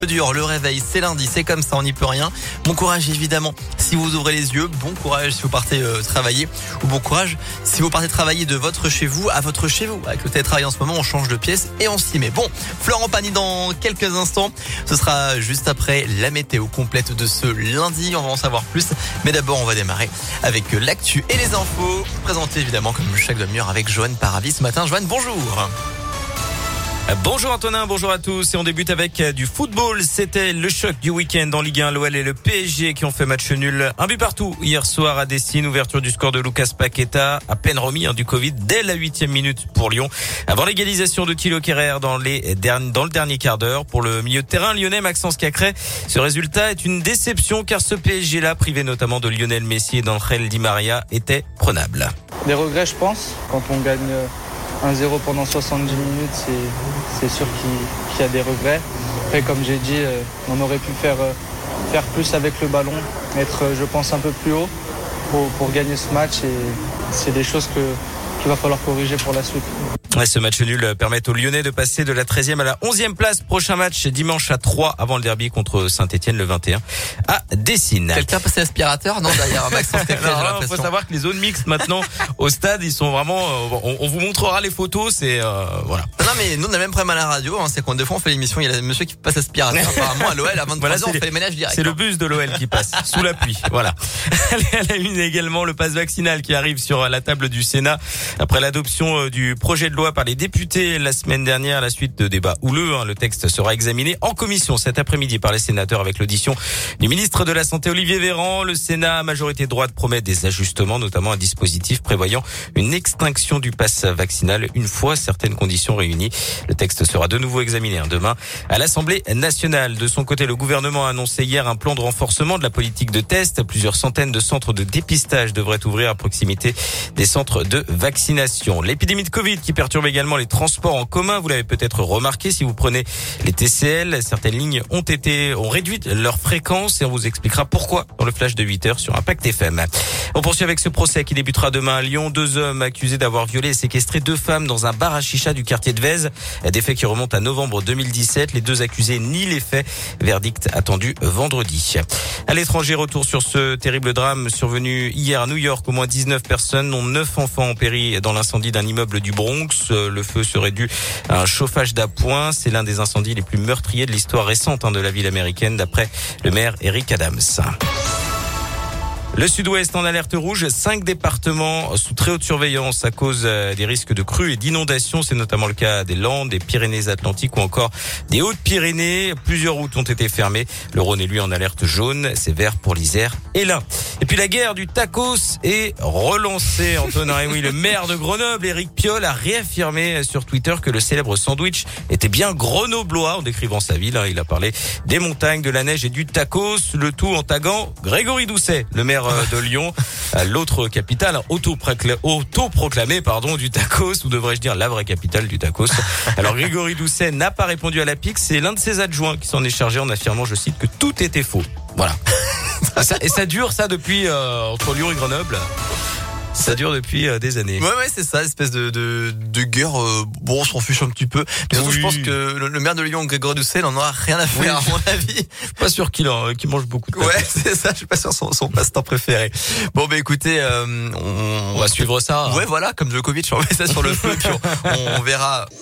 Dur, le réveil, c'est lundi, c'est comme ça, on n'y peut rien. Bon courage évidemment si vous ouvrez les yeux, bon courage si vous partez travailler, ou bon courage si vous partez travailler de votre chez vous à votre chez vous. Avec le télétravail en ce moment, on change de pièce et on s'y met. Bon, Florent Pagny dans quelques instants, ce sera juste après la météo complète de ce lundi, on va en savoir plus. Mais d'abord, on va démarrer avec l'actu et les infos, présentées évidemment comme chaque demi-heure avec Joanne Paravis. Ce matin, Joanne, bonjour. Bonjour Antonin, bonjour à tous et on débute avec du football. C'était le choc du week-end en Ligue 1, l'OL et le PSG qui ont fait match nul. Un but partout hier soir à Dessine, ouverture du score de Lucas Paqueta, à peine remis du Covid dès la 8e minute pour Lyon. Avant l'égalisation de Thilo Kehrer dans le dernier quart d'heure. Pour le milieu de terrain lyonnais Maxence Cacré, ce résultat est une déception car ce PSG-là, privé notamment de Lionel Messi et d'Angel Di Maria, était prenable. Des regrets je pense, quand on gagne 1-0 pendant 70 minutes, c'est sûr qu'il y a des regrets. Après, comme j'ai dit, on aurait pu faire plus avec le ballon, être, je pense, un peu plus haut pour gagner ce match. Et c'est des choses qu'il va falloir corriger pour la suite. Ouais, ce match nul permet aux Lyonnais de passer de la 13e à la 11e place. Prochain match dimanche à 3 avant le derby contre Saint-Etienne le 21 à Dessine. Quelqu'un passé l'aspirateur? Non, d'ailleurs, Maxence Cacré, j'ai l'impression. Il faut savoir que les zones mixtes maintenant au stade, ils sont vraiment, on vous montrera les photos, c'est, voilà. Non, mais nous, on a le même problème à la radio, c'est qu'on, des fois, on fait l'émission, il y a le monsieur qui passe aspirateur, apparemment, à l'OL, à 23h, voilà, on fait les ménages directs. C'est le bus de l'OL qui passe, sous la pluie, voilà. Allez, à la une également, le pass vaccinal qui arrive sur la table du Sénat. Après l'adoption du projet de loi par les députés la semaine dernière, à la suite de débats houleux, le texte sera examiné en commission cet après-midi par les sénateurs avec l'audition du ministre de la Santé Olivier Véran. Le Sénat, à majorité de droite, promet des ajustements, notamment un dispositif prévoyant une extinction du pass vaccinal une fois certaines conditions réunies. Le texte sera de nouveau examiné demain à l'Assemblée nationale. De son côté, le gouvernement a annoncé hier un plan de renforcement de la politique de test. Plusieurs centaines de centres de dépistage devraient ouvrir à proximité des centres de vaccination. L'épidémie de Covid qui perturbe également les transports en commun, vous l'avez peut-être remarqué si vous prenez les TCL, certaines lignes ont réduit leur fréquence et on vous expliquera pourquoi dans le flash de 8h sur Impact FM. On poursuit avec ce procès qui débutera demain à Lyon. 2 hommes accusés d'avoir violé et séquestré 2 femmes dans un bar à chicha du quartier de Vèze. Des faits qui remontent à novembre 2017. Les 2 accusés nient les faits. Verdict attendu vendredi. À l'étranger, retour sur ce terrible drame survenu hier à New York. Au moins 19 personnes, dont 9 enfants ont péri dans l'incendie d'un immeuble du Bronx. Le feu serait dû à un chauffage d'appoint. C'est l'un des incendies les plus meurtriers de l'histoire récente de la ville américaine, d'après le maire Eric Adams. Le sud-ouest en alerte rouge, 5 départements sous très haute surveillance à cause des risques de crues et d'inondations. C'est notamment le cas des Landes, des Pyrénées-Atlantiques ou encore des Hautes-Pyrénées. Plusieurs routes ont été fermées. Le Rhône est lui en alerte jaune. C'est vert pour l'Isère et l'Ain. Et puis la guerre du tacos est relancée, Antonin. Et oui, le maire de Grenoble, Éric Piolle, a réaffirmé sur Twitter que le célèbre sandwich était bien grenoblois en décrivant sa ville. Il a parlé des montagnes, de la neige et du tacos, le tout en taguant Grégory Doucet, le maire de Lyon, l'autre capitale autoproclamée du tacos, ou devrais-je dire la vraie capitale du tacos. Alors Grégory Doucet n'a pas répondu à la pique, c'est l'un de ses adjoints qui s'en est chargé en affirmant, je cite, que tout était faux. Voilà. Et ça dure ça depuis entre Lyon et Grenoble. Ça dure depuis des années. Ouais, c'est ça, espèce de guerre. Bon, on s'en fiche un petit peu. Mais surtout, je pense que le maire de Lyon, Grégory Doucet, n'en aura rien à faire, à mon avis. Pas sûr qu'il mange beaucoup de tacos. Ouais, c'est ça, je suis pas sûr son passe-temps préféré. Bon, écoutez, on va suivre ça. Ouais, voilà, comme Djokovic, on met ça sur le feu, puis on verra.